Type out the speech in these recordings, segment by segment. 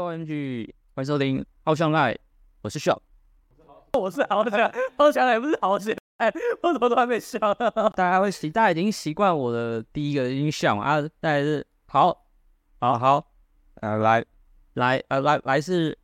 OMG，欢迎收听《好想来》，我是 Shop， 我是好想来，不是好想来，我怎么都还没笑？ 大家已经习惯我的第一个音效啊，再来是好，来是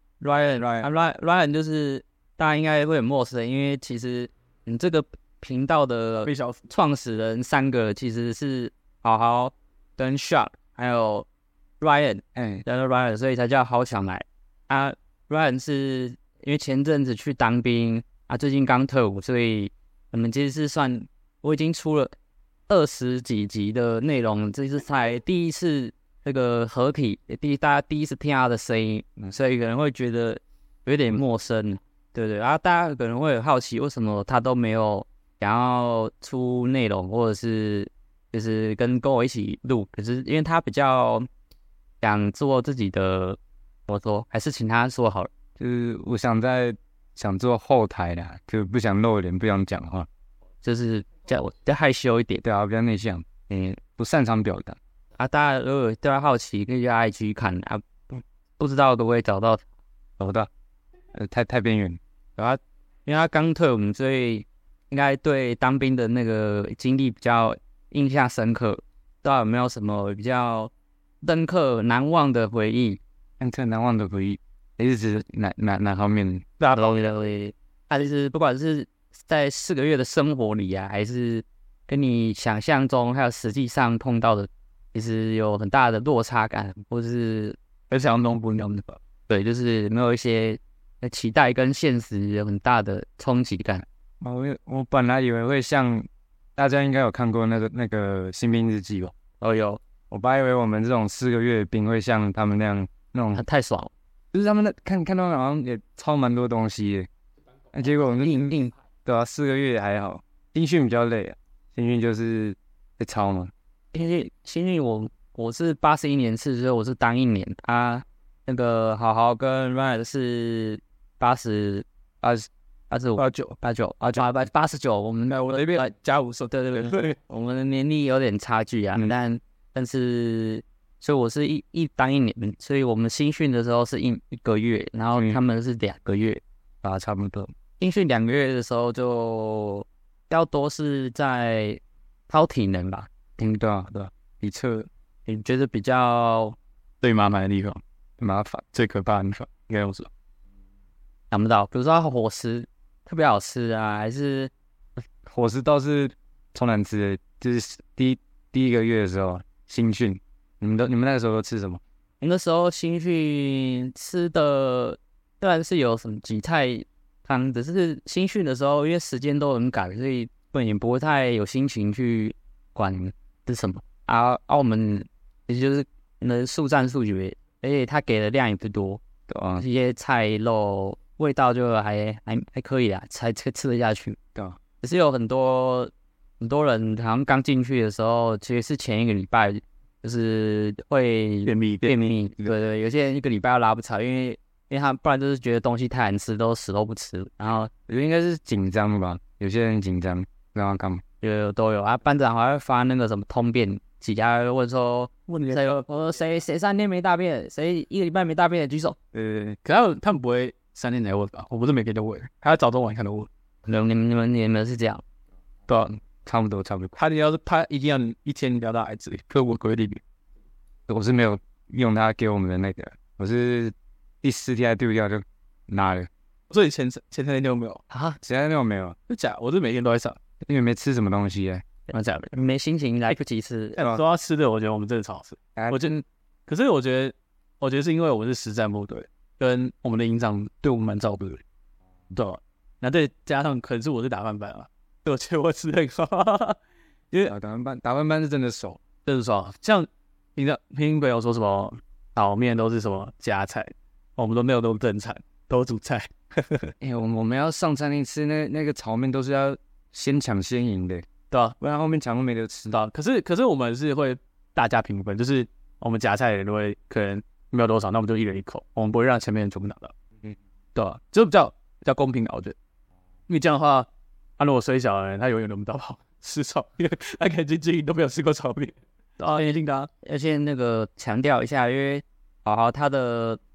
Ryan 就是大家应该会很陌生，因为其实你这个频道的创始人3个其实是好跟 Shop 还有 Ryan， 叫做 Ryan， 所以才叫好想来啊。Ryan 是因为前阵子去当兵啊，最近刚退伍，所以我们其实是算我已经出了20几集的内容，这是才第一次这个合体，大家第一次听他的声音，所以可能会觉得有点陌生，对不对？然后大家可能会很好奇，为什么他都没有想要出内容，或者是就是跟我一起录，可是因为他比较想做自己的，我说还是请他说好了。 就是我想做后台啦，就不想露脸，不想讲话， 就是比较害羞一点， 对啊，比较内向，不擅长表达啊。大家如果对他好奇，可以去 IG 看啊，不知道可不可以找到， 太边缘了。啊，因为他刚退伍，所以应该对当兵的那个经历比较印象深刻。不知道有没有什么比较深刻难忘的回忆？ 难忘的回忆，你是指哪方面？ 就是不管是在4个月的生活里啊，还是跟你想象中还有实际上碰到的，其实有很大的落差感，或是跟想象中不一样的吧？ 对，就是没有一些期待跟现实有很大的冲击感。 我本来以为会像大家应该有看过那个新兵日记吧？ 有， 我本来以为我们这种4个月的兵会像他们那种太爽了， 就是他们看到好像也超蛮多东西的，那结果我们硬对啊，4个月还好，新训比较累啊，新训就是在抄嘛。 因为新训我是81年次，所以我是当1年啊。那个好跟 Ryan 是85、89，我们我那边加5岁， 对，我们的年龄有点差距啊，但是，所以我是当1年，所以我们新训的时候是1个月，然后他们是2个月啊，差不多。 新训2个月的时候就比较多是在操体能吧， 对啊，体测， 你觉得比较最麻烦的地方？ 麻烦， 最可怕的地方应该用什么？ 想不到，比如说伙食特别好吃啊，还是伙食倒是超难吃的，就是第一个月的时候新训，你们那个时候都吃什么？ 我那时候新训吃的当然是有什么几菜汤，只是新训的时候因为时间都很赶，所以也不会太有心情去管是什么啊。我们也就是能速战速决，而且他给的量也不多，对吧？这些菜肉味道就还可以啦，才吃得下去， 对吧？ 只是有很多人好像刚进去的时候，其实是前1个礼拜就是会便秘，对，有些人1个礼拜要拉不长，因为他不然就是觉得东西太难吃，都死都不吃。然后我觉得应该是紧张吧，有些人紧张，不知道干嘛。 都有啊，班长还会发那个什么通便，几家问谁3天没大便，谁1个礼拜没大便的举手。 可他们不会3天来问吧？我不是每天都问，还要早中晚看都问。 你们是这样？ 对啊， 差不多。 他一定要1天聊到孩子，刻我规定。 我是没有用他给我们的那个，我是第4天还丢掉就拿了。 所以前3天都没有啊？前3天都没有？ 就假，我是每天都在上， 因为没吃什么东西假的，没心情来不及吃。 说到吃的，我觉得我们真的超好吃。可是我觉得是因为我们是实战部队，跟我们的营长对我们蛮照顾的，对吧？那再加上可能是我是打饭班啊，对，我觉得我吃很好，因为打饭班是真的熟， 像听朋友说什么炒面都是什么加菜，我们都没有都正餐，都煮菜。 我们要上餐厅吃那个炒面都是要先抢先赢的， 对啊， 不然后面抢都没得吃到。可是我们是会大家平分，就是我们夹菜的人都会可能没有多少，那我们就1人1口，我们不会让前面人全部拿到。对啊，就比较公平的，我觉得。因为这样的话，如果虽小的人，他永远轮不到吃炒面，他可能经营都没有吃过炒面。一定的。 而且那个强调一下，因为他的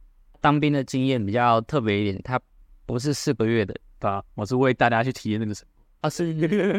当兵的经验比较特别一点，他不是4个月的， 对啊，我是为大家去体验那个什么啊，是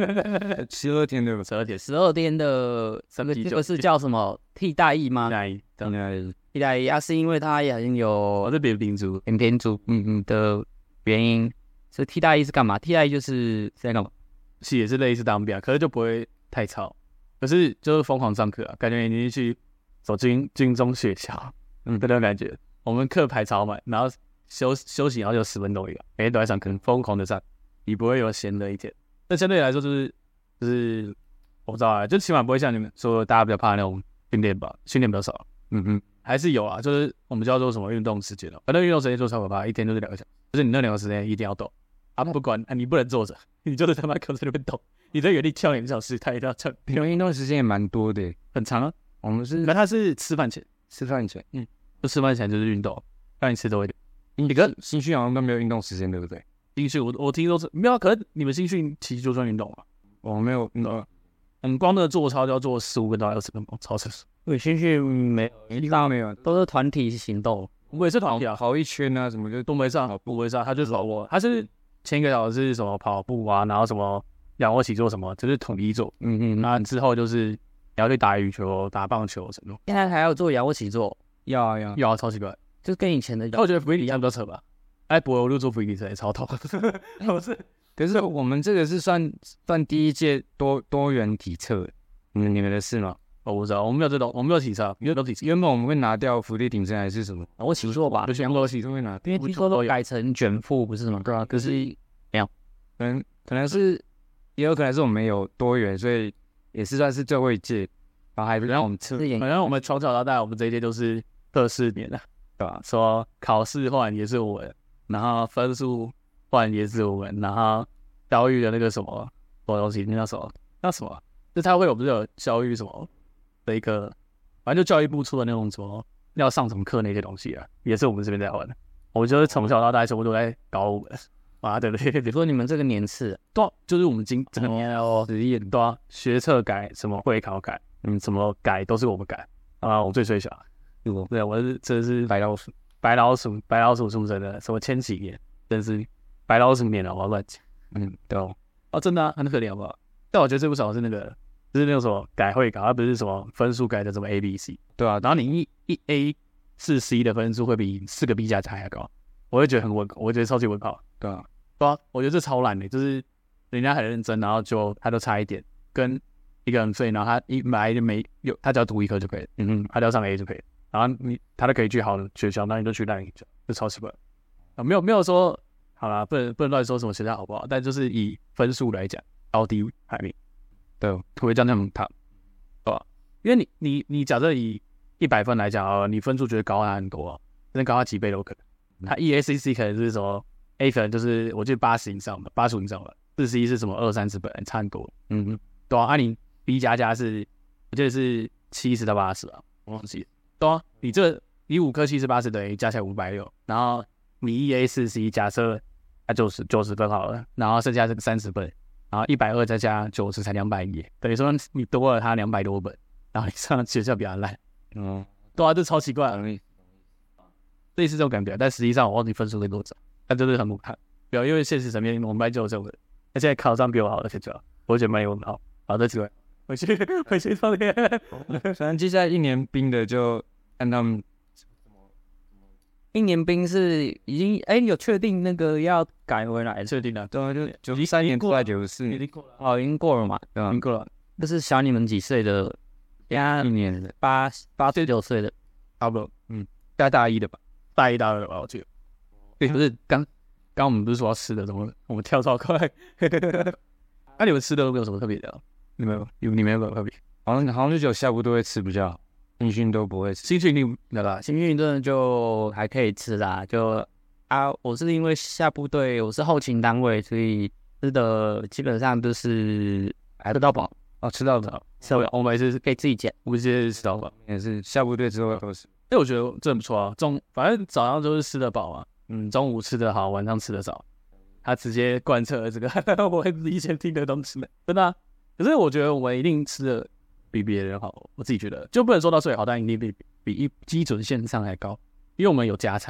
12天对吧 12天的，这个是叫什么替代役吗？替代役啊，是因为他也有是扁平足的原因。所以替代役是干嘛？替代役就是在干嘛？ 是也是类似当兵啊，可是就不会太吵，可是就是疯狂上课啊，感觉你去走军中学校，这种感觉。我们课排超满，然后休息，然后就10分钟一个，每天都在上课，疯狂的上，你不会有闲的一天。但相对来说，就是我不知道啊，就起码不会像你们说大家比较怕那种训练吧，训练比较少。还是有啊，就是我们叫做什么运动时间哦，反正运动时间就超可怕，一天就是2个小时，就是你那2个时间一定要动啊，不管啊，你不能坐着，你就是他妈可在那边动，你在原地跳2个小时，他也要跳。 你们运动时间也蛮多的， 很长啊。 我们是， 那他是吃饭前，就吃饭前就是运动，让你吃多一点。 你跟新训好像都没有运动时间，对不对？ 新训我听说是没有，可是你们新训其实就算运动了。 我没有运动， 光那个做操就要做15分到20分钟，超扯。 对，新训没有，都是团体行动。 我也是团体啊， 跑一圈啊，什么就都没上，不会上，他就跑步，他是前1个小时是什么跑步啊，然后什么仰卧起坐什么，就是统一做。那之后就是你要去打羽球、打棒球什么。 现在还要做仰卧起坐？ 要啊，超奇怪， 就跟以前的。 我觉得俯卧撑比较扯吧。我就做俯卧撑也超痛。 可是我们这个是算第一届多元体测，你们的是吗？ 我不知道，我们没有这种，我们没有体测，没有体测。 原本我们会拿掉伏地挺身还是什么？ 我起坐吧， 仰卧起坐会拿， 因为听说都改成卷腹不是吗？ 对啊，可是没有， 可能是，也有可能是我们有多元，所以也是算是最后一届，然后还让我们测。 反正我们从小到大，我们这一届都是测试年的，对吧？说考试换也是我们，然后分数换也是我们，然后教育的那个什么东西，那叫什么？就他会有不是有教育什么的一个，反正就教育部出的那种什么要上什么课那些东西啊，也是我们这边在玩的。我们就是从小到大全部都在搞我们。啊，对，比如说你们这个年次， 对，就是我们整个年实验，对啊，学测改什么会考改，什么改都是我们改啊，我最衰小，对，我这是白老鼠出生的，什么千禧年，真是白老鼠年了，我要乱讲，对哦，真的啊，很可怜好不好？但我觉得最不爽的是那个，就是那种什么改会考，它不是什么分数改的什么 A、B、C， 对啊，然后你一 A 4 C 的分数会比4个 B 加起来还高，我会觉得很稳，我觉得超级稳考，对啊，我觉得这超烂的，就是人家很认真，然后他就差一点，跟一个人废，然后他一来就没有，他只要读1科就可以，他只要上 A 就可以，然后他就可以去好的学校，那你就去烂学校，就超奇怪啊，没有说好啦，不能乱说什么学校好不好，但就是以分数来讲，高低排名，对，会这样谈，对吧？因为你假设以100分来讲你分数觉得高他很多啊，真的高他几倍都有可能，他 EACC 可能是什么？A 可能就是我记得80以上吧，85以上吧，4C 是什么20-30分，差很多。对啊，你 B 加是，我记得是70到80吧，我忘记了。对啊，你5科70、80等于加起来560，然后你 EA 4C 假设它90分好了，然后剩下是30分，然后120再加90才210，等于说你多了它200多分，然后你上学校比较烂。对啊，这超奇怪，类似这种感觉，但实际上我忘记分数会多少。但真的很不看，不要因为现实层面我们班就有这种人，他现在考上比我好的学校，我觉得蛮有好。好的，机会回去放电。 反正接下来1年兵的就看他们。 1年兵是已经有确定那个要改回来， 确定了， 对啊，就93年出来94年， 已经过了嘛， 对吧？ 已经过了， 就是小你们几岁的 ，1年的 8岁9岁的， 差不多， 大一的吧， 大一大二的吧，我记得。对，不是刚我们不是说要吃的，怎么我们跳超快？那你们吃的都没有什么特别的？你们有没有特别？ 好像就只有下部队会吃比较好，新训都不会吃。 新训对吧？ 新训真的就还可以吃啦，我是因为下部队，我是后勤单位，所以吃的基本上都是吃到饱哦，吃到饱。 我们也是可以自己捡， 我们直接吃到饱， 也是下部队之后都是。 我觉得这很不错啊，反正早上就是吃得饱啊。中午吃得好，晚上吃得少，他直接贯彻了这个我以前听的东西，真的啊。可是我觉得我们一定吃的比别人好，我自己觉得就不能说到最好，但一定比基准线上还高，因为我们有加菜，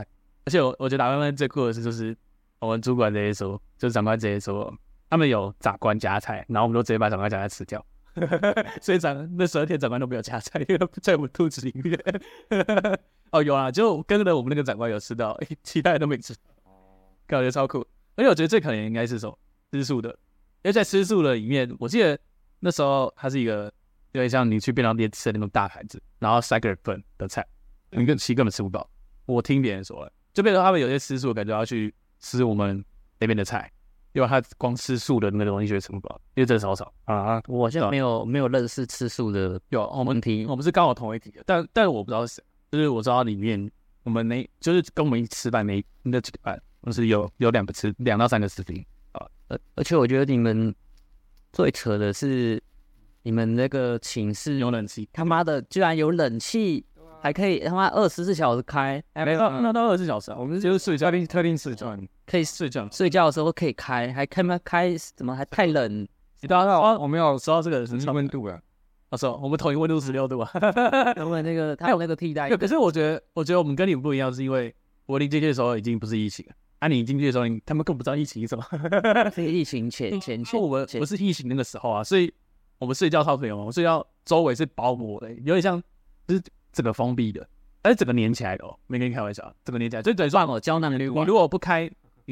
而且我觉得打官班最酷的是，就是我们主管直接说，就是长官直接说，他们有长官夹菜，然后我们就直接把长官夹菜吃掉。所以那12天长官都没有夹菜，因为在我们肚子里面。哦，有啊，就跟着我们那个长官有吃到，其他人都没吃。感觉超酷。而且我觉得最可怜应该是什么？吃素的，因为在吃素的里面，我记得那时候它是一个有点像你去便当店吃的那种大盘子，然后3个人份的菜，你其实根本吃不饱。我听别人说了，就变成他们有些吃素的感觉要去吃我们那边的菜，因为他光吃素的那个东西就会吃不饱，因为真的超少啊。 我好像没有认识吃素的。 有我们是刚好同一题的，但我不知道是谁，就是我知道里面我们就是跟我们一起吃饭那几个班，就是有2到3个吃素啊。 而且我觉得你们最扯的是，你们那个寝室有冷气， 他妈的居然有冷气，还可以他妈24小时开。 没有，那到24小时啊，我们就是睡觉特定时段可以睡觉的时候可以开，还开怎么还太冷？ 你大家我们有说到这个是温度啊。 我们统一温度16度啊。 我们那个他有那个替代。 可是我觉得我们跟你们不一样，是因为我临进去的时候已经不是疫情了。你进去的时候，他们根本不知道疫情是什么。 是疫情前， 我们不是疫情那个时候啊，所以我们睡觉超朋友嘛，我们睡觉周围是包裹的，有点像就是整个封闭的，但是整个粘起来的哦，没跟你开玩笑，整个粘起来，就等于说胶囊滤网。 你如果不开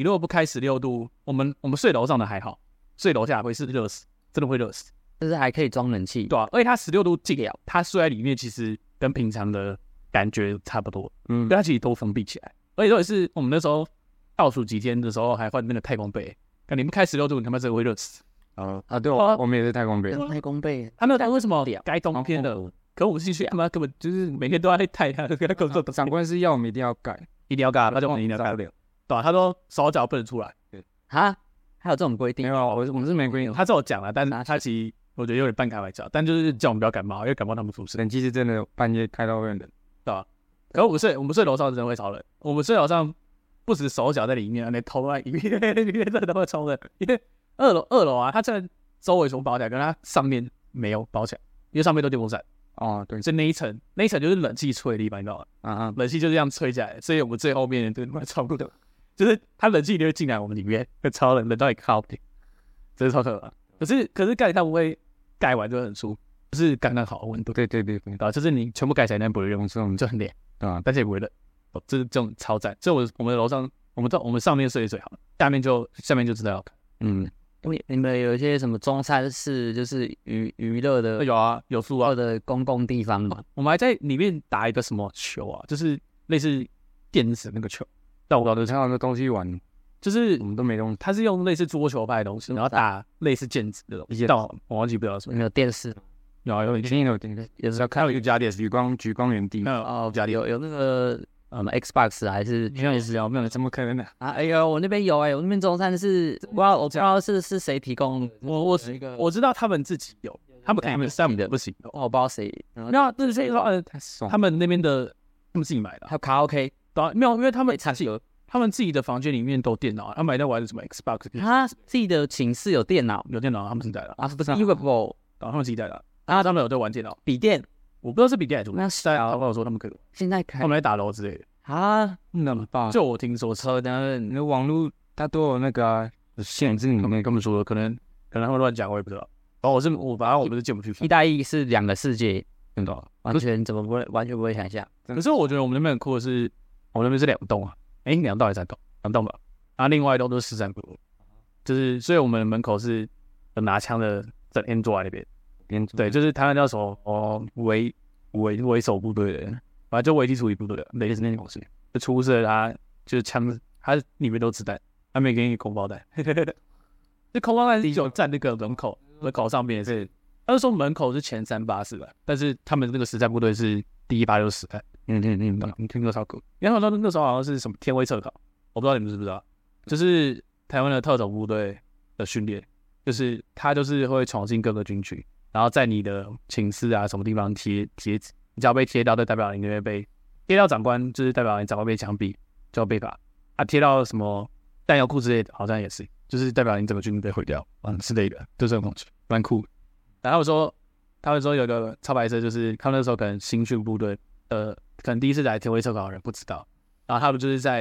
16度，我们睡楼上的还好，睡楼下会是热死，真的会热死。 但是还可以装冷气， 对啊，而且它16度进了，它睡在里面其实跟平常的感觉差不多，因为它其实都封闭起来。而且特别是我们那时候倒数几天的时候，还换那个太空被，你们开16度，你他妈真的会热死。 对，我们也是太空被， 太空被， 他们为什么该冬天的？可我们进去他妈根本就是每天都在太阳， 长官是要我们一定要盖， 那就我们一定要盖不了。对啊，他说手脚不能出来。 啊，还有这种规定？ 没有，我们是没规定。 他这有讲了，但是他其实我觉得有点半开玩笑，但就是叫我们不要感冒，因为感冒他们出事。 冷气是真的半夜开到会冷， 对吧？可是我们睡楼上真的会超冷，我们睡楼上不止手脚在里面，连头都在里面真的都会超冷。因为二楼啊，它这周围全部包起来，跟它上面没有包起来，因为上面都电风扇。 哦，对， 所以那一层就是冷气吹的地方，你知道吗？冷气就这样吹起来，所以我们最后面对超不的，就是它冷气就会进来我们里面，会超冷到你靠顶，真是超可怕。可是盖它不会盖完就很舒服，就是刚刚好的温度。对，就是你全部盖起来那不会用，所以我们就很凉，对吧？但是也不会冷，这种超赞。所以我们的楼上，我们上面睡得最好，下面就知道要看。 你们有一些什么中山市，就是娱乐的， 有啊，有树啊的公共地方嘛。 我们还在里面打一个什么球啊，就是类似电子那个球，但我搞得像那东西玩， 就是我们都没东西。 它是用类似桌球拍的东西，然后打类似毽子的东西。但我忘记不了什么。 有电视吗？ 有， 以前有电视， 也是要看有一家电视，举光原地。 有那个Xbox 还是没有，怎么可能呢？ 哎呦，我那边有我那边中山是，我不知道是谁提供的。 我知道他们自己有，他们上面的不行， 我不知道谁。 没有，这是他们那边的，他们自己买的。 还有卡拉 OK， 没有，因为他们他们自己的房间里面都有电脑，他们还在玩什么 Xbox。 他自己的寝室有电脑， 他们自己带的啊，不是 Evo， 他们自己带的啊，他们有在玩电脑， 笔电。 我不知道是笔电还是什么， 那是啊， 他跟我说他们可以， 现在开， 他们来打楼之类的啊， 那么棒。 就我听说， 可能那网络它都有那个限制，你们根本说可能他们乱讲，我也不知道。然后反正我们是进不去。 一大一是2个世界， 真的完全不会想象。 可是我觉得我们那边很酷的是，我们那边是2栋啊，2栋还是3栋？2栋吧。另外1栋都是13部，就是所以我们门口是有拿枪的，整天坐在那边。对，就是台湾叫什么为首部队的人，反正就危机处理部队的，类似那种公司。就出事了，他就是枪，他里面都子弹，他没给你空包弹。这空包弹是有站那个门口上面是，他就说门口是前3发是吧？但是他们那个实战部队是第1发就是实弹。你听过超酷？因为那时候好像是什么天威测考，我不知道你们知不知道，就是台湾的特种部队的训练，就是他就是会闯进各个军区。然后在你的寝室啊什么地方贴纸，你只要被贴到，就代表你那边被贴到长官，就是代表你长官被枪毙就要被罚。贴到什么弹药库之类的，好像也是，就是代表你整个军被毁掉之类的，就这种东西，蛮酷。然后他们说有个超白色，就是他们那时候可能新训部队可能第一次来天威测考的人不知道，然后他们就是在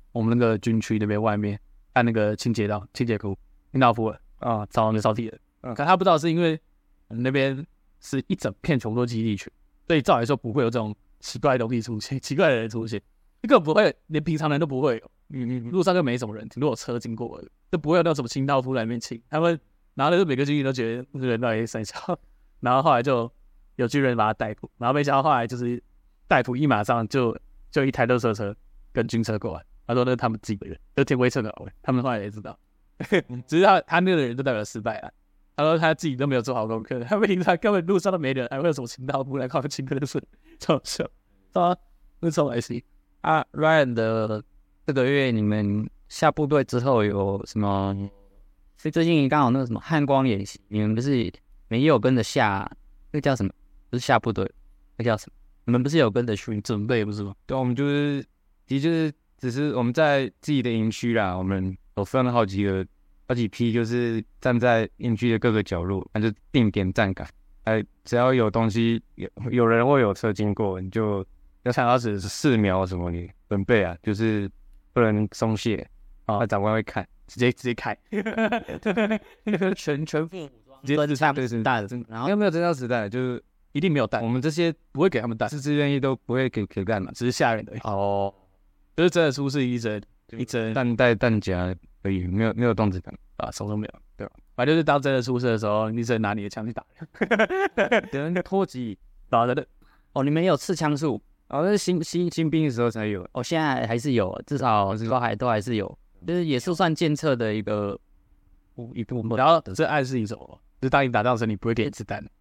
我们那个军区那边外面按那个清洁库，清道夫了啊，扫那个扫地的。可他不知道是因为那边是一整片全部都基地群，所以照来说不会有这种奇怪的东西出现，奇怪的人出现，这个不会，连平常人都不会有。路上就没什么人，顶多有车经过而已，就不会有那种什么清道夫来那边清。他们然后就每个军人都觉得这个人到底是谁笑，然后后来就有军人把他逮捕，然后没想到后来就是逮捕一马上就一台垃圾车跟军车过来，他说那是他们自己的人，就天威测的，他们后来也知道，只是他那个人就代表失败了。他说他自己都没有做好功课，他平常根本路上都没人，还会有什么清道夫来靠清的是超笑啊，那超来气啊。Ryan 的这个月你们下部队之后有什么？所以最近刚好那个什么汉光演习，你们不是没有跟着下？那个叫什么？不是下部队，那叫什么？你们不是有跟着去准备不是吗？ 对，我们就是其实就是只是我们在自己的营区啦，我们有分了好几批，就是站在营区的各个角落，那就定点站岗。只要有东西有人或有车经过，你就要看到4秒什么，你准备啊，就是不能松懈啊，长官会看。 直接开， 全副武装， 真枪实弹，然后没有真枪实弹，就是一定没有弹。 我们这些不会给他们弹， 自愿役都不会给弹嘛， 只是吓人的。 哦， 就是真的出事一针弹夹而已，没有动子弹啊，什么都没有，对吧？反正就是当真的出事的时候，你只能拿你的枪去打人， 等人脱级打人的。 哦，你们有刺枪术？ 哦，那是新兵的时候才有。 哦，现在还是有，至少都还是有。就是也是算监测的一个部分， 然后这暗示你什么？就是当你打仗时，你不会给子弹。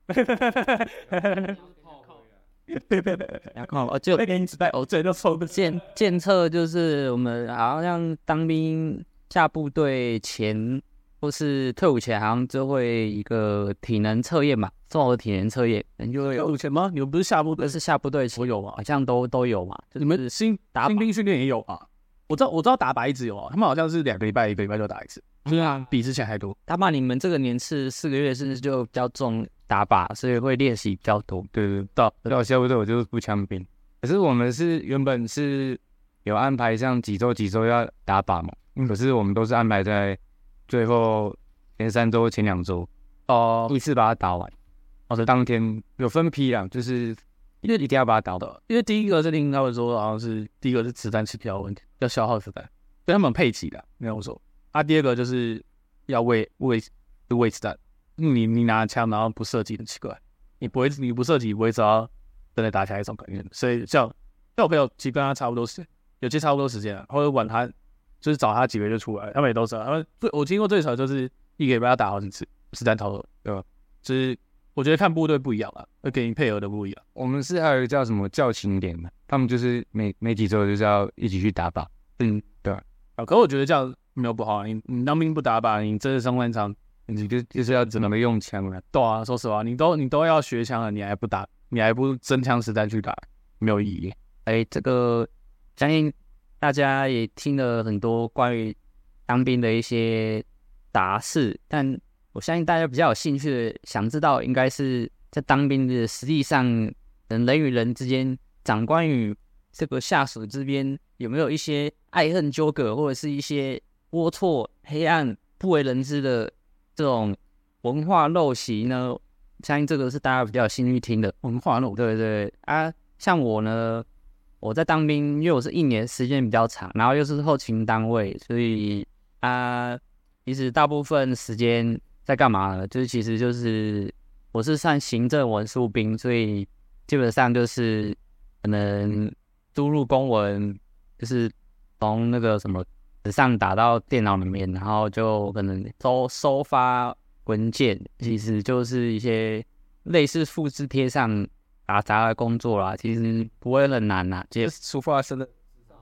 就给你子弹，这就抽的监测，就是我们好像当兵下部队前或是退伍前，好像就会一个体能测验嘛，综合体能测验，就会有。 退伍前吗？你们不是下部队？ 是下部队前有吗？ 好像都有嘛。 你们新兵训练也有啊？我知道打靶一直有啊，他们好像是1个礼拜就打一次，对啊，比之前还多。 他怕你们这个年次4个月是不是就比较重打靶，所以会练习比较多。 对，到下部队我就是步枪兵，可是我们是原本是有安排像几周要打靶嘛，可是我们都是安排在最后前3周前2周一次把它打完。当天有分批啦，就是因为一定要把它打完， 因为第一个是听他们说，好像是第一个是子弹吃票问题，要消耗子弹，跟他们配齐的，没有说。第二个就是要喂子弹，你拿枪然后不射击很奇怪，你不射击不会知道真的打起来一种感觉。所以像我朋友其实跟他差不多有些差不多时间啊，或者晚他就是早他几个月就出来，他们也都知道。他们我听过最少就是1个礼拜要打好几次子弹逃脱，对吧？就是我觉得看部队不一样啦，会给你配合的不一样。 我们是还有一个叫什么教勤连嘛，他们就是每几周就是要一起去打靶。对吧？ 可我觉得这样没有不好啊。你当兵不打靶，你真的上战场， 你就是要怎么用枪啊？ 对啊，说实话，你都要学枪了，你还不打，你还不真枪实弹去打，没有意义。 这个相信大家也听了很多关于当兵的一些杂事，但我相信大家比较有兴趣的，想知道应该是在当兵的实际上，人与人之间，长官与这个下属这边有没有一些爱恨纠葛，或者是一些龌龊、黑暗、不为人知的这种文化陋习呢？相信这个是大家比较有兴趣听的文化陋习。 对啊，像我呢，我在当兵，因为我是1年时间比较长，然后又是后勤单位，所以其实大部分时间在干嘛呢？其实就是我是算行政文书兵，所以基本上就是可能输入公文，就是从那个什么纸上打到电脑里面，然后就可能收发文件，其实就是一些类似复制贴上打杂的工作啦，其实不会很难啦， 就是出发生的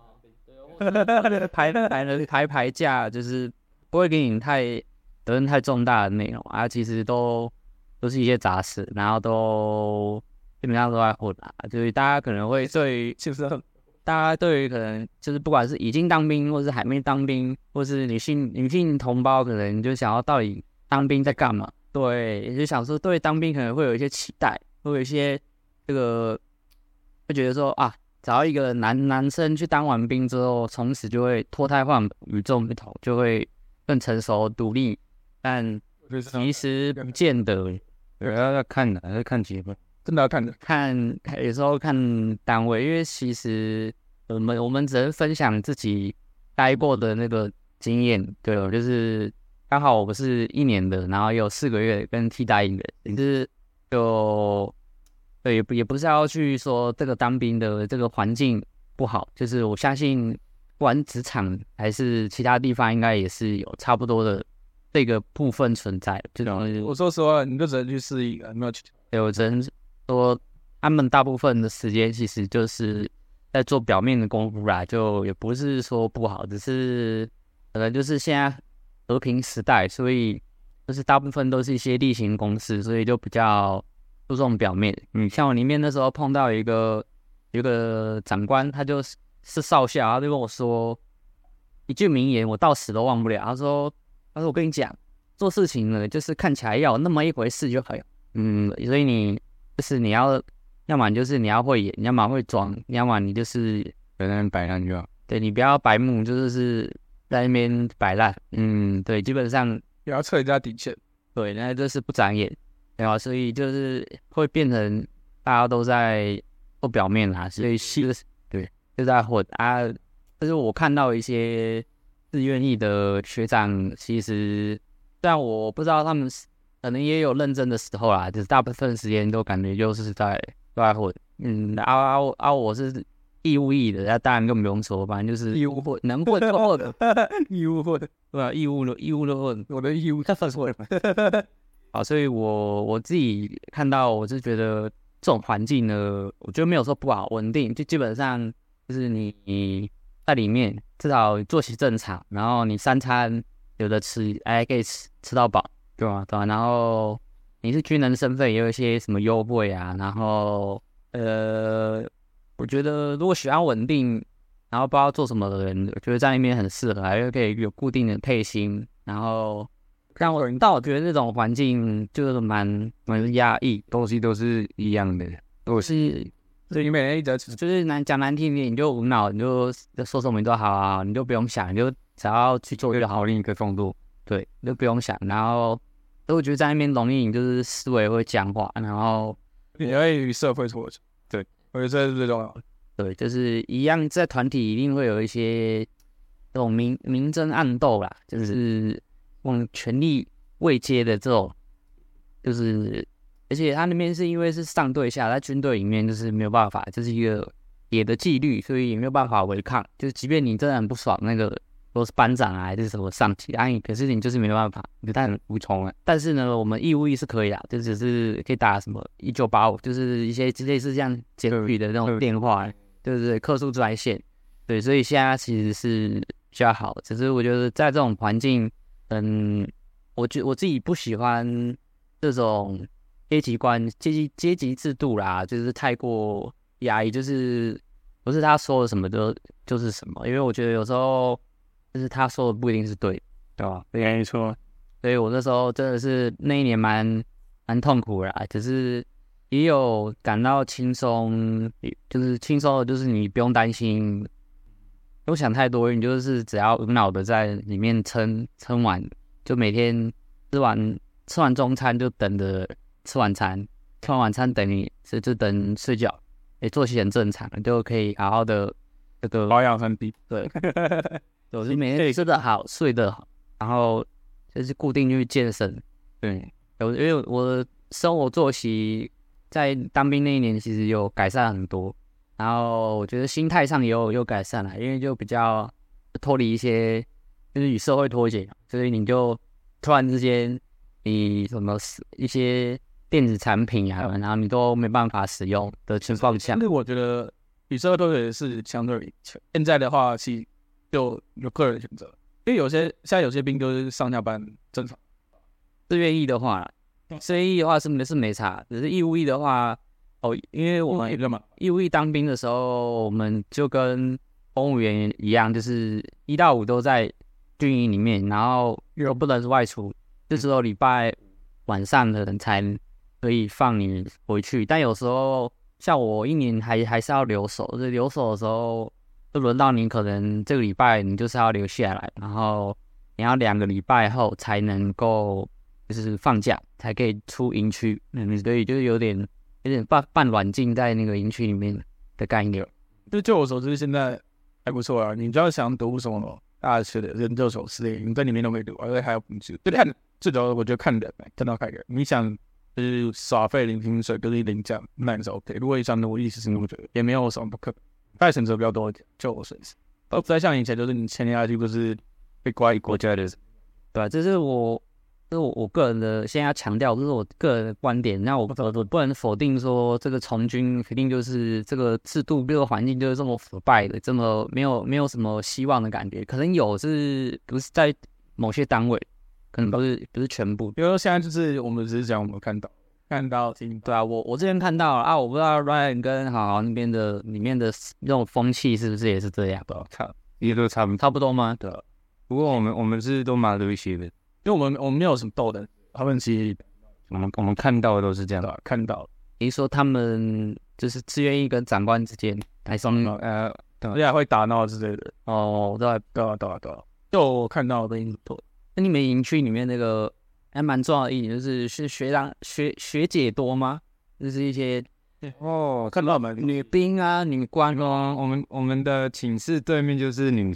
排假，就是不会给你责任太重大的内容啊，其实都是一些杂事，然后都基本上都在混啦，就是大家可能会大家对于可能就是不管是已经当兵，或是还没当兵，或是女性同胞，可能就想要到底当兵在干嘛？对，也就想说对当兵可能会有一些期待，会有一些这个会觉得说找一个男生去当完兵之后，从此就会脱胎换骨，与众不同，就会更成熟独立。但其实不见得， 要看的，要看结婚， 真的要看的。 看有时候看单位，因为其实我们只能分享自己待过的那个经验，对，就是刚好我们是1年的，然后有4个月跟替代役的，只是就对也不是要去说这个当兵的这个环境不好，就是我相信不管职场还是其他地方，应该也是有差不多的这个部分存在。 我说实话，你就只能去适应了，没有去。 对，我只能说，他们大部分的时间其实就是在做表面的功夫啦，就也不是说不好，只是可能就是现在和平时代，所以就是大部分都是一些例行公事，所以就比较注重表面。像我里面那时候碰到有一个长官，他就是少校，他就跟我说一句名言，我到死都忘不了。他说我跟你讲，做事情呢，就是看起来要有那么一回事就可以。所以你要么就是你要会演，要么会装，要么你就是在那边摆烂就好。 对，你不要白目，就是在那边摆烂。对，基本上也要测人家底线。 对，那就是不长眼，对吧？所以就是会变成大家都在做表面啦，所以对就在混啊。就是我看到一些自愿意的学长，其实虽然我不知道他们可能也有认真的时候啦，就是大部分时间都感觉就是在混。我是义务役的，那当然更不用说，反正就是义务混， 能混就混， 义务混， 对吧？义务的混， 我的义务他分混。 好，所以我自己看到，我是觉得这种环境呢，我觉得没有说不好，稳定，就基本上就是你在里面至少作息正常，然后你3餐有的吃，可以吃到饱，对吧？对吧？然后你是军人身份，也有一些什么优惠啊，然后我觉得如果喜欢稳定，然后不知道做什么的人，我觉得在那边很适合，还可以有固定的配薪，然后让我觉得那种环境就是蛮压抑， 东西都是一样的， 都是所以你每天一直就是讲难听点，你就无脑，你就说什么你都好啊，你就不用想，你就只要去做就好。 另一个风度， 对，就不用想。然后我觉得在那边容易，就是思维会僵化，然后你会与社会脱节。对，我觉得这是最重要的。 对，就是一样，在团体一定会有一些这种明争暗斗啦，就是往权力位阶的这种，就是而且他那边是因为是上对下，在军队里面就是没有办法，就是一个野的纪律，所以也没有办法违抗。就是即便你真的很不爽，那个都是班长啊还是什么上级可是你就是没办法，你太服从了。但是呢，我们义务役是可以啦，就只是可以打什么1985，就是一些类似这样检举的那种电话，对，客诉专线。对，所以现在其实是比较好，只是我觉得在这种环境，我自己不喜欢这种阶级制度啦，就是太过压抑，就是不是他说的什么就是什么，因为我觉得有时候就是他说的不一定是对，对吧？ 没错。 所以我那时候真的是那一年蛮痛苦的啦，只是也有感到轻松，就是轻松的，就是你不用担心，不用想太多，你就是只要无脑的在里面撑完，就每天吃完中餐就等着吃晚餐，吃完晚餐等你就等睡觉，作息很正常，就可以好好的这个保养身体。 对，我就每天吃得好，睡得好，然后就是固定去健身。对，因为我的生活作息在当兵那一年其实有改善很多，然后我觉得心态上也有改善了，因为就比较脱离一些就是与社会脱节，所以你就突然之间你什么一些电子产品啊，然后你都没办法使用的情况下， 但是我觉得与社会脱节是相对于现在的话，其实就有个人选择，因为现在有些兵都是上下班正常。 自愿役的话，自愿役的话是没差，只是义务役的话，因为我们义务役当兵的时候，我们就跟公务员一样，就是1到5都在军营里面，然后又不能外出，就只有礼拜晚上的人才可以放你回去。但有时候像我一年还是要留守，就是留守的时候，就轮到你，可能这个礼拜你就是要留下来，然后你要2个礼拜后才能够就是放假，才可以出营区。所以就是有点半软禁在那个营区里面的概念。 就我所知，现在还不错啊。你只要想读什么大学的研究所之类，你在里面都可以读，而且还有补助。就看最主要，我觉得看人，看到看人。你想就是耍废领薪水，就是领奖，那也是 OK。如果你想努力，其实我觉得也没有什么不可能。大家选择比较多一点，就我所知，而不再像以前，就是你签下去就是被挂一国家的。 对，这是我个人的，现在要强调，这是我个人的观点。那我不能否定说这个从军肯定就是这个制度、这个环境就是这么腐败的，这么没有什么希望的感觉。可能有，是不是在某些单位，可能不是全部。 比如说现在就是我们只是讲我们看到听， 对啊，我之前看到了啊，我不知道 Ryan 跟好那边的里面的那种风气是不是也是这样的？ 也都差不多吗？ 对。 不过我们是都蛮流行的， 因为我们没有什么斗争，他们其实我们看到的都是这样的， 看到了。 你说他们就是自愿意跟长官之间还是而且还会打闹之类的。 哦，对。 就我看到的印度。 那你们营区里面那个还蛮重要的一点就是学姐多吗？就是一些看到蛮女兵啊、女官啊。 我们的寝室对面就是女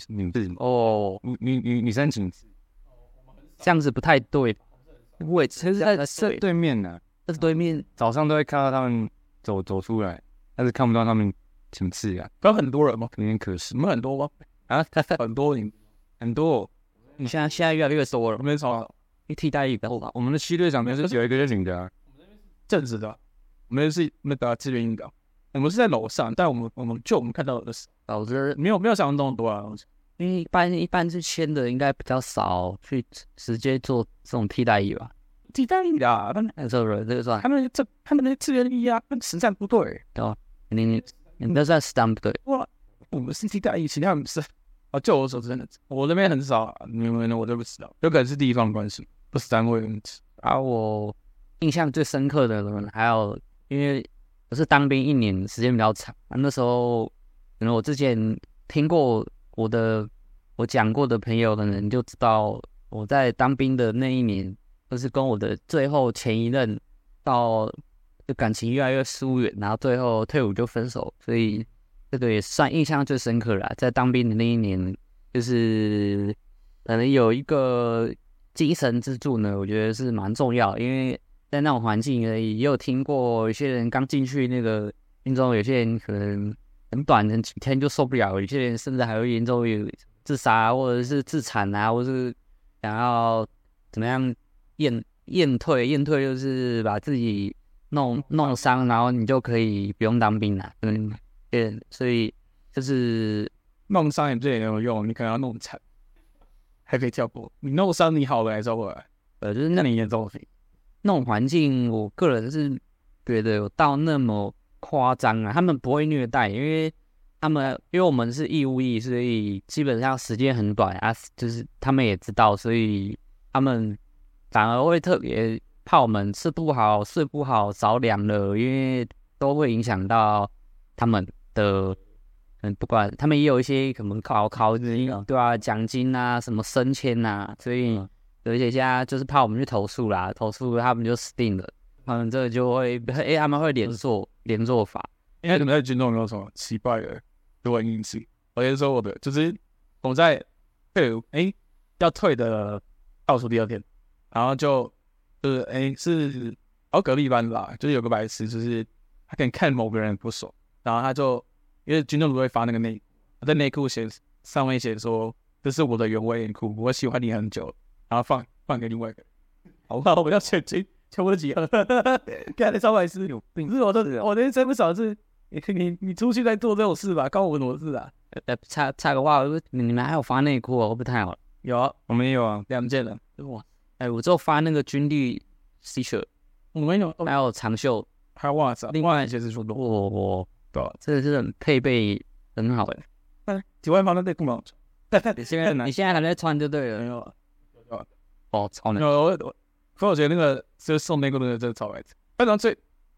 生寝室， 这样子不太对。我其实在对面呢， 这是对面， 早上都会看到他们走出来，但是看不到他们寝室啊。 有很多人吗？ 有点可惜。 你们很多吗？啊，很多。 你现在越来越多了。 我们少， 你替代役比较少。 我们的区队长就是有一个是女的啊， 正职的。我们是那个志愿役的，我们是在楼上，但我们看到的是， 我觉得没有想象中多啊。 因为一般是签的，应该比较少去直接做这种替代役吧。 替代役啊， 这个算他们的志愿役啊，跟实战部队。 哦，你那算实战部队。 哇，我们是替代役，其他不是。就我所知的，我这边很少啊，你们我就不知道，有可能是地方关系，不是单位问题。 我印象最深刻的人还有。因为我是当兵1年，时间比较长那时候可能我之前听过我讲过的朋友的人就知道，我在当兵的那1年，就是跟我的最后前一任到就感情越来越疏远，然后最后退伍就分手，所以这个也算印象最深刻啦。在当兵的那1年，就是可能有一个精神支柱呢，我觉得是蛮重要的，因为在那种环境而已，也有听过有些人刚进去那个军中，有些人可能很短的几天就受不了，有些人甚至还会严重于自杀或者是自残啊，或是想要怎么样验退就是把自己弄伤，然后你就可以不用当兵了。所以就是弄伤也最有用，你可能要弄残，还可以跳过。你弄伤你好了还是过来？ 就是那你严重那种环境，我个人是觉得有到那么夸张啊。他们不会虐待，因为我们是义务役，所以基本上时间很短啊。就是他们也知道，所以他们反而会特别怕我们吃不好、睡不好、着凉了，因为都会影响到他们的。不管他们也有一些可能考对啊，奖金啊，什么升迁啊，所以。有一些家就是怕我们去投诉啦，投诉他们就死定了，他们这个就会他们会连坐法。 因为你们在军中有没有什么奇怪的文印式？我先说我的，就是我在要退的倒数第2天，然后是隔壁班吧，就是有个白痴，就是他可能看某个人不爽，然后他就因为军中不会发那个内裤，我在内裤上面写说这是我的原味内裤，我喜欢你很久。然后放给另外一个人，好不好？我们要全部都集合，看来超白痴有病。是我那天真不少是，你出去再做这种事吧，关我什么事啊？ 插个话，你们还有发内裤会不会太好了？ 有啊， 我们也有啊 ，2件了。 哇，我只有发那个军绿 T 恤， 我们有， 还有长袖， 还有袜子，另外一些是说多。 对， 这个是很配备很好的。 体外方的内裤吗？ 你现在还在穿就对了。 没有。 超难。 可我觉得那个就是送内裤的真的超白痴。班长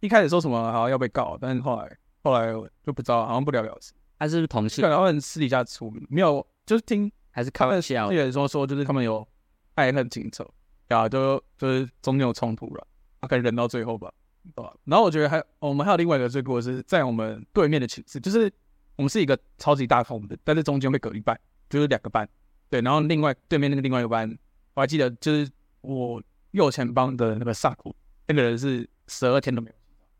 一开始说什么好像要被告，但是后来就不知道，好像不了了之。 他是不是同性？ 可能他们私底下处理没有，就是听还是开玩笑？ 那个人说就是他们有爱恨情仇，啊，就是中间有冲突了，可能忍到最后吧，对吧？然后我觉得我们还有另外一个最过的是在我们对面的寝室，就是我们是一个超级大空的，但是中间会隔一半，就是2个班，对，然后对面那个另外一个班，我还记得就是我右前方的那个上铺，那个人是12天都没有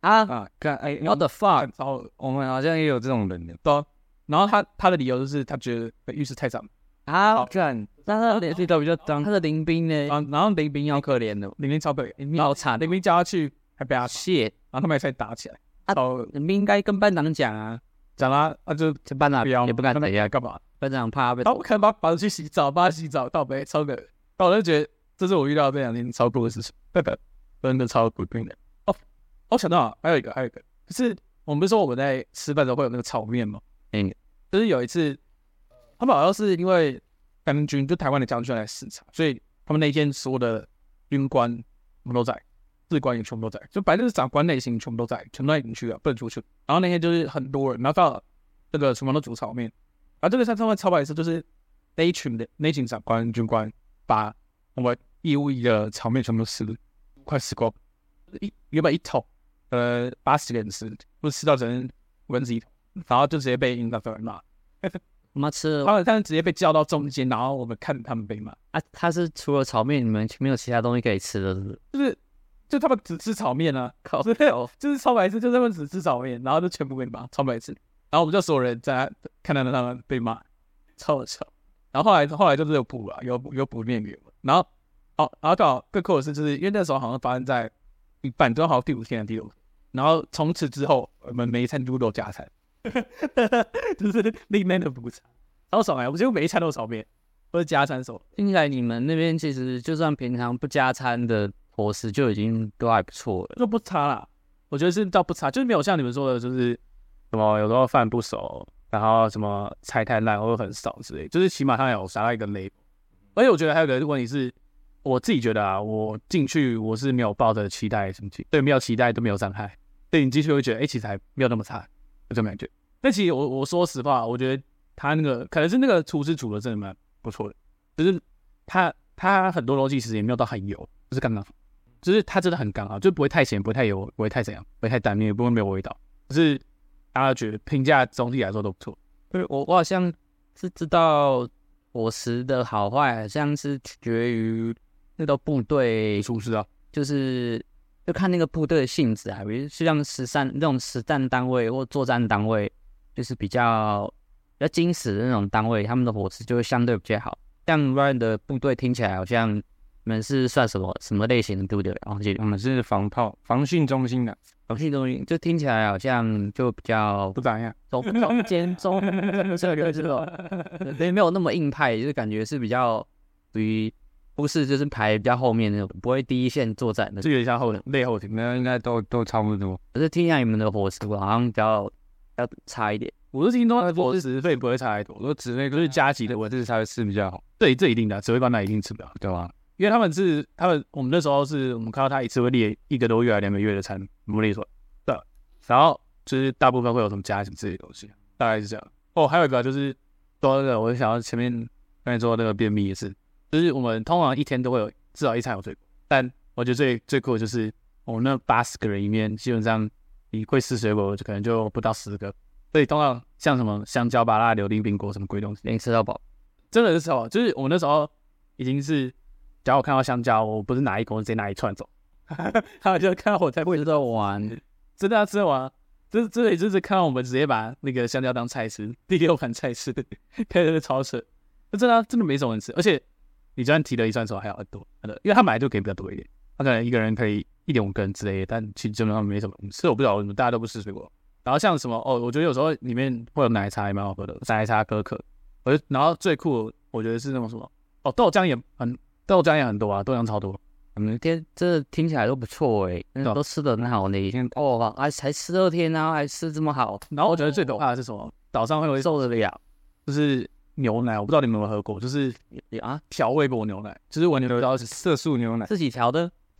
what the fuck？ 我们好像也有这种人的， 对。然后他的理由就是他觉得浴室太脏干，那他的浴室比较脏，他的林兵呢？ 然后林兵好可怜的， 林兵超可怜， 好惨， 林兵叫他去还被他谢， 然后他们还在打起来。 林兵应该跟班长讲啊， 讲啦，就班长也不敢怎样， 干嘛？ 班长怕他被， 然后我可能把他去洗澡，帮他洗澡，倒杯超可怜。然后我就觉得这是我遇到这2天超酷的事情，真的超酷的。我想到还有一个，可是我们不是说我们在吃饭的时候会有那个炒面吗？就是有一次，他们好像是因为将军，就台湾的将军来视察，所以他们那天所有的军官全部都在，士官也全部都在，就反正就是长官类型全部都在，全部都在营区啊，不能出去。然后那天就是很多人，然后到了这个厨房都煮炒面，然后这个他们超白痴，就是那一群长官军官把我们义务役的炒面全部都快吃光，原本一桶80个人吃，不是吃到整蚊子一桶。然后就直接被营长人骂， 妈吃， 他们直接被叫到中间，然后我们看他们被骂啊。他是除了炒面，你们没有其他东西可以吃的，是不是？ 就他们只吃炒面啊，靠，就是超白痴，就他们只吃炒面，然后就全部被骂，超白痴。然后我们就所有人在看到他们被骂，超吵。然后后来就是有补了，有补面给我们。然后刚好更酷的是，就是因为那时候好像发生在反正好像第5天还是第6天，然后从此之后我们每一餐都有加餐。就是另类的补偿，超爽我几乎每一餐都炒面，或者加餐手。 听起来你们那边其实就算平常不加餐的伙食就已经都还不错了， 就不差啦。我觉得是倒不差，就是没有像你们说的，就是什么有时候饭不熟，然后什么菜太烂或者很少之类，就是起码它有达到一个 level。而且我觉得还有个问题是，我自己觉得我进去我是没有抱着期待进去，对，没有期待都没有伤害，对你进去会觉得其实还没有那么差。这种感觉，但其实我说实话，我觉得他那个可能是那个厨师煮的真的蛮不错的，就是他很多东西其实也没有到很油，就是刚刚好，就是他真的很刚好，就不会太咸，不会太油，不会太怎样，不会太淡，也不会没有味道，就是大家觉得评价总体来说都不错。 我好像是知道伙食的好坏，好像是取决于那个部队厨师啊， 就看那个部队的性质啊，比如像那种实战单位或作战单位，就是比较精实的那种单位，他们的伙食就会相对比较好。像 Ryan 的部队听起来好像你们是算什么类型的部队？然后我们是防训中心的， 防训中心就听起来好像就比较不咋样， 中间这个这种，没有那么硬派，就是感觉是比较于。不是，就是排比较后面那种，不会第一线作战的， 就有点像内后庭， 那应该都差不多。 可是听下你们的伙食好像比较差一点。 我是听说伙食费不会差太多，我说指挥就是加级的，我这才会吃比较好。对，这一定的，指挥官那一定吃不了，对吧？因为我们那时候是我们看到他一次会列1个多月还2个月的餐，我们列出来，对。然后就是大部分会有什么加级之类的东西，大概是这样。还有一个就是说那个，我想要前面刚才说那个便秘也是。就是我们通常一天都会有至少1餐有水果，但我觉得最酷的就是我们那80个人里面，基本上你会吃水果就可能就不到10个，所以通常像什么香蕉、芭乐、柳丁、苹果什么鬼东西， 连吃到饱， 真的是吃到饱。就是我们那时候已经是，假如我看到香蕉，我不是拿一口，我直接拿一串走，他们就看到我在吃到完，真的要吃完。这里就是看到我们直接把那个香蕉当菜吃，第6盘菜吃，开始超扯，真的没什么人吃，而且。你就算提了一串手还有很多，因为他本来就可以比较多一点，他可能一个人可以1.5根之类的，但其实基本上没什么吃。我不知道为什么大家都不吃水果。然后像什么我觉得有时候里面会有奶茶也蛮好喝的，奶茶可可。然后最酷我觉得是那种什么豆浆也很多啊，豆浆超多。 这听起来都不错都吃得很好呢。还才12天啊，还吃这么好。 然后我觉得最可怕的是什么？早上会有受得了， 就是牛奶，我不知道你们有没有喝过，就是调味过牛奶，就是完全不知道是色素牛奶， 自己调的。 他们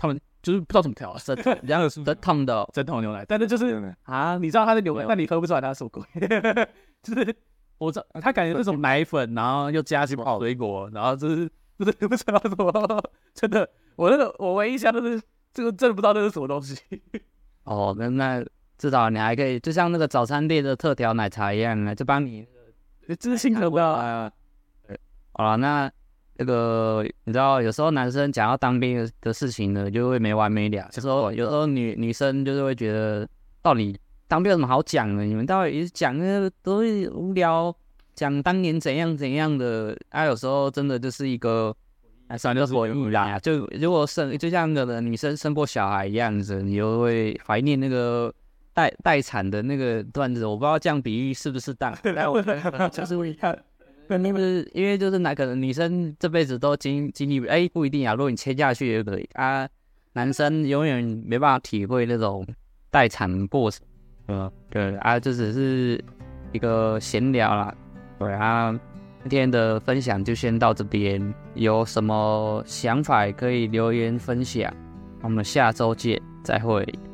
就是不知道怎么调啊， 这样是真烫的真桶牛奶，但是就是啊，你知道它的牛奶，但你喝不出来它什么鬼，就是我知道它感觉那种奶粉，然后又加什么水果，然后就是不知道什么，真的，我唯一想的是这个真的不知道那是什么东西。 哦，那至少你还可以，就像那个早餐店的特调奶茶一样啊，就帮你这是心疼不到啊。 好了，那个你知道，有时候男生讲到当兵的事情呢，就会没完没了。有时候女生就是会觉得，到底当兵有什么好讲的？你们到底讲那个都是无聊，讲当年怎样怎样的啊？有时候真的就是一个，算就是回忆啦。就如果就像个女生生过小孩一样子，你又会怀念那个待产的那个段子。我不知道这样比喻是不是当，但我就是不一样。因为就是可能女生这辈子都经历，不一定啊。如果你签下去也可以啊，男生永远没办法体会那种待产过程。对啊，这只是一个闲聊啦。对啊，今天的分享就先到这边，有什么想法也可以留言分享。我们下周见，再会。